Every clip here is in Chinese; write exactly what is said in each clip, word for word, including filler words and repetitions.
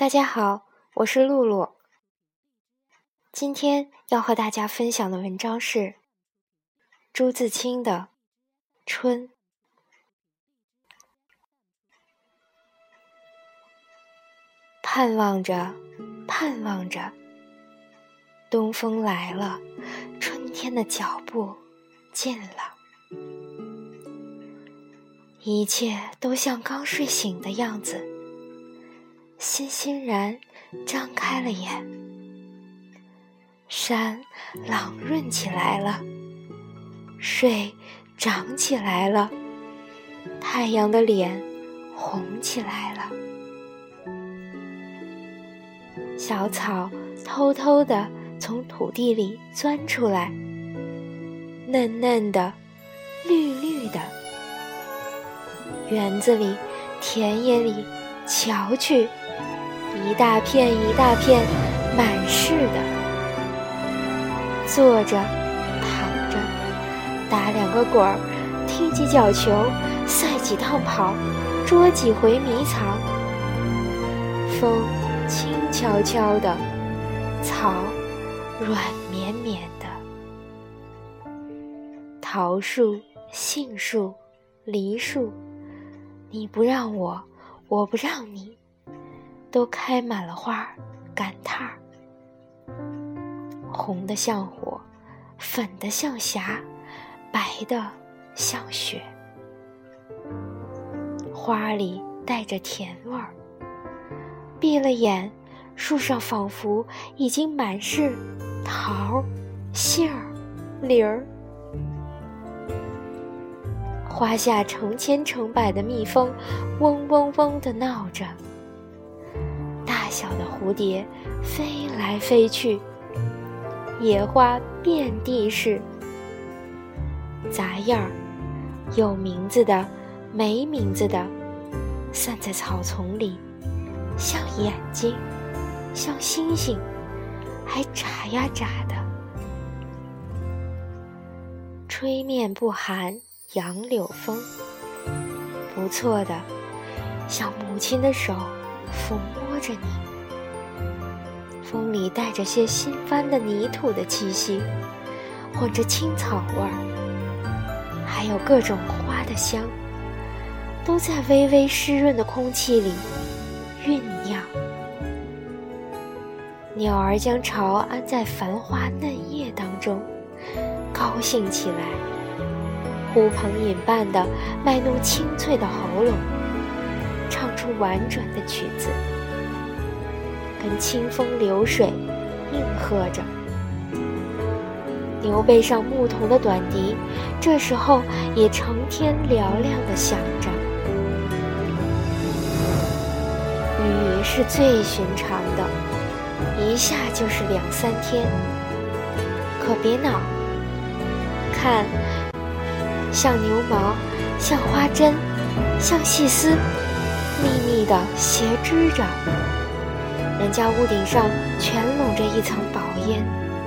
大家好，我是露露。今天要和大家分享的文章是朱自清的《春》。盼望着，盼望着，东风来了，春天的脚步近了。一切都像刚睡醒的样子，欣欣然张开了眼。山朗润起来了，水涨起来了，太阳的脸红起来了。小草偷偷地从土地里钻出来，嫩嫩的，绿绿的。园子里，田野里，瞧去，一大片一大片，满是的。坐着，躺着，打两个滚儿，踢几脚球，赛几趟跑，捉几回迷藏。风轻悄悄的，草软绵绵的。桃树、杏树、梨树，你不让我，我不让你，都开满了花儿，赶趟儿。红的像火，粉的像霞，白的像雪。花里带着甜味儿，闭了眼，树上仿佛已经满是桃、杏儿、梨儿。花下成千成百的蜜蜂嗡嗡嗡地闹着，大小的蝴蝶飞来飞去，野花遍地是，杂样儿，有名字的，没名字的，散在草丛里，像眼睛，像星星，还眨呀眨的。吹面不寒杨柳风，不错的，像母亲的手抚摸着你。风里带着些新翻的泥土的气息，混着青草味儿，还有各种花的香，都在微微湿润的空气里酝酿。鸟儿将巢安在繁花嫩叶当中，高兴起来，呼朋引伴地卖弄清脆的喉咙，唱出婉转的曲子，跟清风流水应和着。牛背上牧童的短笛，这时候也成天嘹亮地响着。雨是最寻常的，一下就是两三天。可别恼，看，像牛毛，像花针，像细丝，密密地斜织着。人家屋顶上全笼着一层薄烟，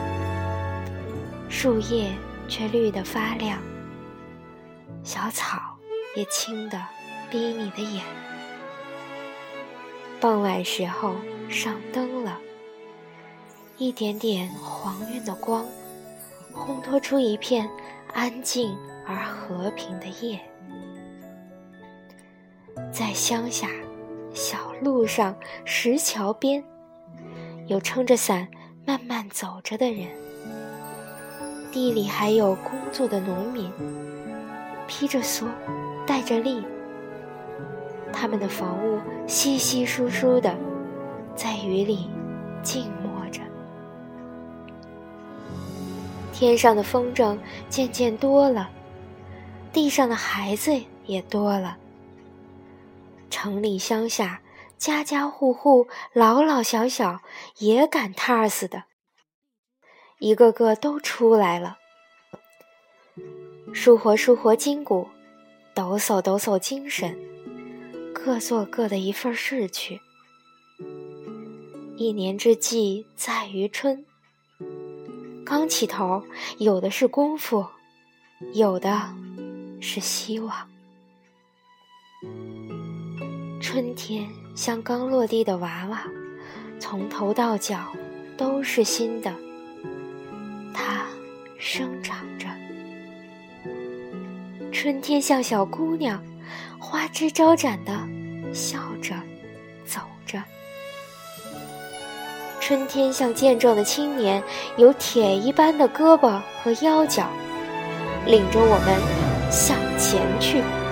树叶却绿得发亮，小草也青得逼你的眼。傍晚时候上灯了，一点点黄晕的光，烘托出一片安静而和平的夜。在乡下小路上，石桥边，有撑着伞慢慢走着的人，地里还有工作的农民，披着蓑，戴着笠。他们的房屋稀稀疏疏的，在雨里静默着。天上的风筝渐渐多了，地上的孩子也多了。城里乡下，家家户户，老老小小，也赶趟儿似的，一个个都出来了，舒活舒活筋骨，抖擞抖擞精神，各做各的一份事去。一年之计在于春，刚起头，有的是功夫，有的是希望。春天像刚落地的娃娃， 从头到脚都是新的，它生长着。春天像小姑娘，花枝招展地笑着走着。春天像健壮的青年，有铁一般的胳膊和腰脚，领着我们向前去。